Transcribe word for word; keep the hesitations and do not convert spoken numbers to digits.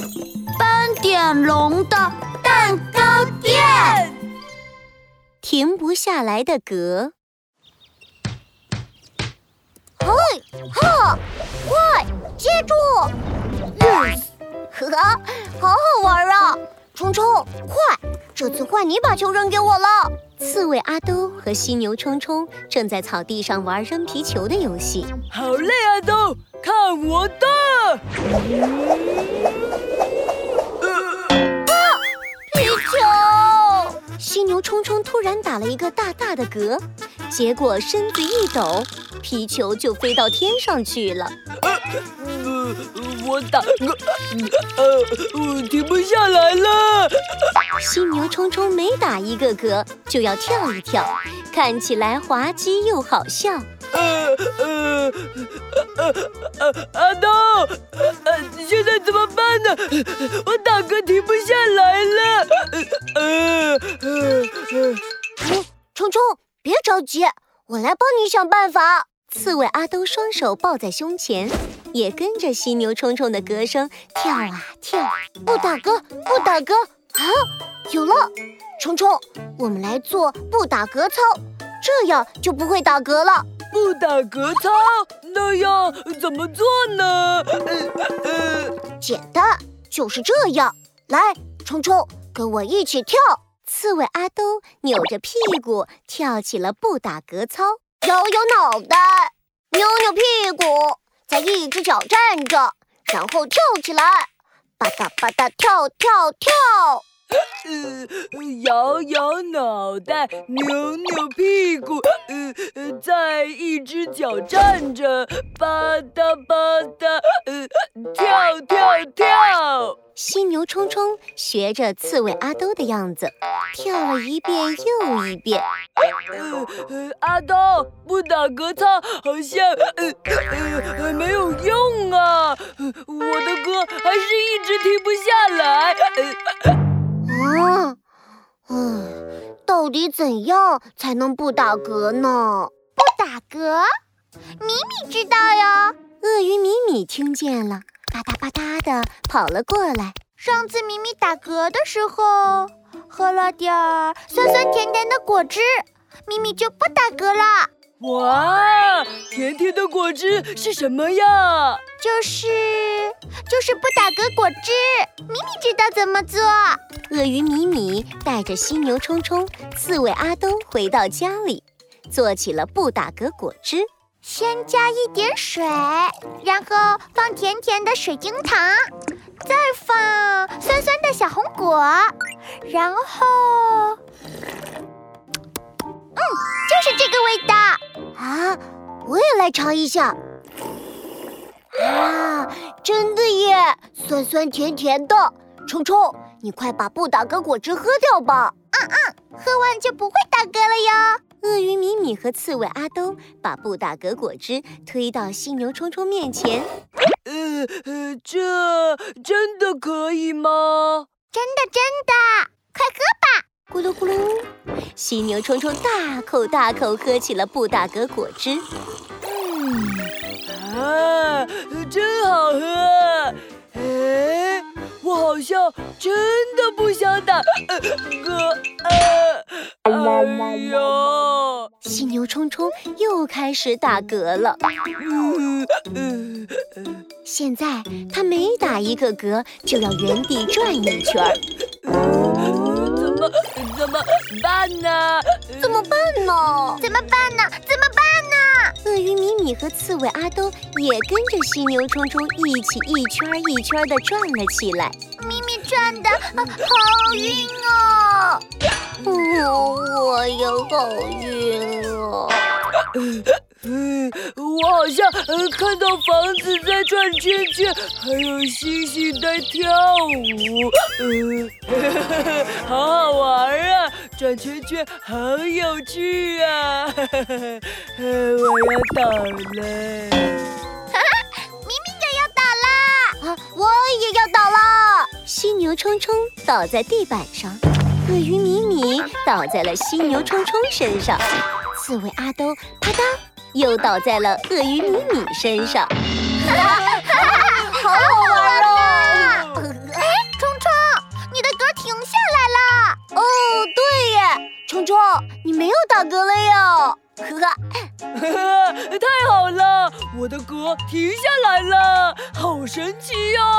斑点龙的蛋糕店。 停不下来的嗝。 嘿，哈，快接住 ！Yes， 呵呵，好好玩啊！冲冲，快，这次换你把球扔给我了。 刺猬阿兜和犀牛冲冲正在草地上玩扔皮球的游戏。 好嘞，阿兜，看我的！ 啊，皮球！ 犀牛冲冲突然打了一个大大的嗝，结果身子一抖，皮球就飞到天上去了。 呃呃、我打嗝，呃，我停不下来了。 犀牛冲冲每打一个嗝就要跳一跳，看起来滑稽又好笑。 呃呃呃呃，阿兜，呃，现在怎么办呢？我打嗝停不下来了。呃呃呃，冲冲，别着急，我来帮你想办法。 刺猬阿兜双手抱在胸前，也跟着犀牛冲冲的嗝声跳啊跳。 不打嗝，不打嗝啊！有了，冲冲，我们来做不打嗝操，这样就不会打嗝了。 不打嗝操，那样怎么做呢？呃呃，简单，就是这样。来，冲冲，跟我一起跳。 刺猬阿兜扭着屁股跳起了不打嗝操， 摇摇脑袋，扭扭屁股，再一只脚站着，然后跳起来，吧嗒吧嗒跳跳跳。 呃，摇摇脑袋，扭扭屁股，呃呃，再一只脚站着，吧嗒吧嗒，呃，跳跳跳。 犀牛冲冲学着刺猬阿兜的样子，跳了一遍又一遍。 呃呃，阿兜，不打嗝操好像呃呃没有用啊，我的歌还是一直停不下来。呃啊，嗯，到底怎样才能不打嗝呢？ 不打嗝，米米知道哟。 鳄鱼米米听见了，吧嗒吧嗒的跑了过来。 上次米米打嗝的时候，喝了点儿酸酸甜甜的果汁，米米就不打嗝了。 哇，甜甜的果汁是什么呀？ 就是就是不打嗝果汁，米米知道怎么做。 鳄鱼米米带着犀牛冲冲、刺猬阿兜回到家里，做起了不打嗝果汁。 先加一点水，然后放甜甜的水晶糖，再放酸酸的小红果，然后，嗯，就是这个味道啊！我也来尝一下。啊，真的耶，酸酸甜甜的。冲冲，你快把不打嗝果汁喝掉吧。 嗯嗯，喝完就不会打嗝了哟。 鳄鱼米米和刺猬阿兜把不打嗝果汁推到犀牛冲冲面前。 呃呃，这真的可以吗？ 真的真的，快喝吧！ 咕噜咕噜，犀牛冲冲大口大口喝起了不打嗝果汁。 嗯，啊，真好喝！哎，我好像真的不想打呃嗝，呃，哎呦！ 犀牛冲冲又开始打嗝了。 嗯嗯嗯， 现在他每打一个嗝就要原地转一圈儿。 怎么怎么办呢？ 怎么办呢？ 怎么办呢？怎么办呢？ 鳄鱼米米和刺猬阿兜也跟着犀牛冲冲一起一圈一圈地转了起来。 咪咪转的、啊、好晕哦！ 哦，我也好晕哦。 嗯，我好像呃看到房子在转圈圈，还有星星在跳舞，嗯、呃，好好玩啊！转圈圈好有趣啊！呃、我要倒了， 哈哈，咪咪也要倒啦！ 啊，我也要倒啦！ 犀牛冲冲倒在地板上，鳄鱼米米倒在了犀牛冲冲身上，刺猬阿兜啪嗒又倒在了鳄鱼米米身上。 好好玩哦！ 冲冲，你没有打嗝了哟！呵呵， 呵呵，太好了，我的嗝停下来了，好神奇哟！